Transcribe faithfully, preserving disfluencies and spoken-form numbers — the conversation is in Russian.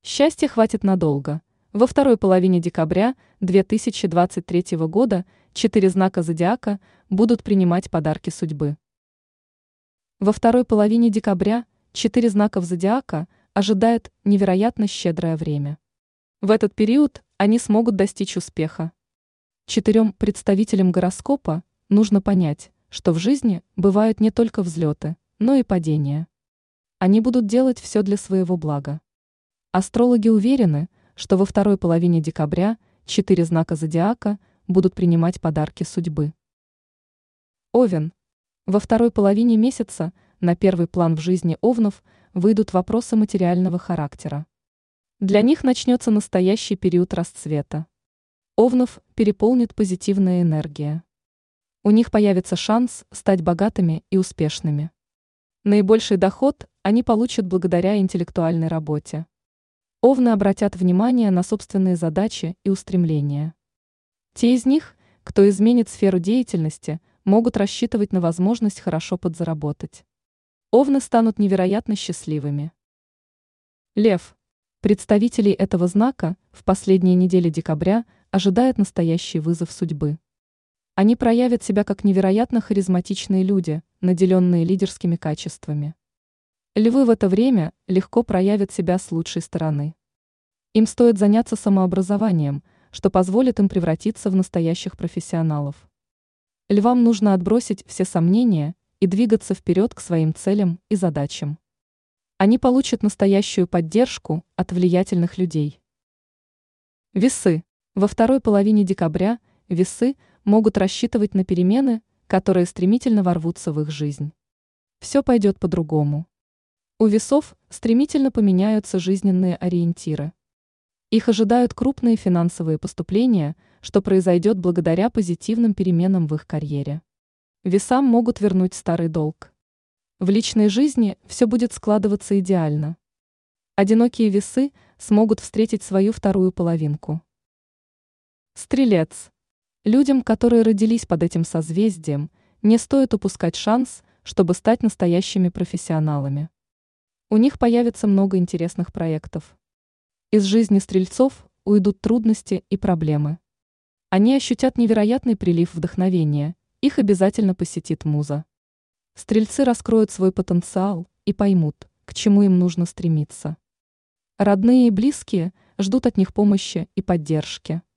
Счастья хватит надолго. Во второй половине декабря две тысячи двадцать третьего года четыре знака зодиака будут принимать подарки судьбы. Во второй половине декабря четыре знаков зодиака ожидает невероятно щедрое время. В этот период они смогут достичь успеха. Четырем представителям гороскопа нужно понять, что в жизни бывают не только взлеты, но и падения. Они будут делать все для своего блага. Астрологи уверены, что во второй половине декабря четыре знака зодиака будут принимать подарки судьбы. Овен. Во второй половине месяца на первый план в жизни овнов выйдут вопросы материального характера. Для них начнется настоящий период расцвета. Овнов переполнит позитивная энергия. У них появится шанс стать богатыми и успешными. Наибольший доход они получат благодаря интеллектуальной работе. Овны обратят внимание на собственные задачи и устремления. Те из них, кто изменит сферу деятельности, могут рассчитывать на возможность хорошо подзаработать. Овны станут невероятно счастливыми. Лев. Представителей этого знака в последние недели декабря ожидает настоящий вызов судьбы. Они проявят себя как невероятно харизматичные люди, наделенные лидерскими качествами. Львы в это время легко проявят себя с лучшей стороны. Им стоит заняться самообразованием, что позволит им превратиться в настоящих профессионалов. Львам нужно отбросить все сомнения и двигаться вперед к своим целям и задачам. Они получат настоящую поддержку от влиятельных людей. Весы. Во второй половине декабря весы могут рассчитывать на перемены, которые стремительно ворвутся в их жизнь. Все пойдет по-другому. У весов стремительно поменяются жизненные ориентиры. Их ожидают крупные финансовые поступления, что произойдет благодаря позитивным переменам в их карьере. Весам могут вернуть старый долг. В личной жизни все будет складываться идеально. Одинокие весы смогут встретить свою вторую половинку. Стрелец. Людям, которые родились под этим созвездием, не стоит упускать шанс, чтобы стать настоящими профессионалами. У них появится много интересных проектов. Из жизни стрельцов уйдут трудности и проблемы. Они ощутят невероятный прилив вдохновения, их обязательно посетит муза. Стрельцы раскроют свой потенциал и поймут, к чему им нужно стремиться. Родные и близкие ждут от них помощи и поддержки.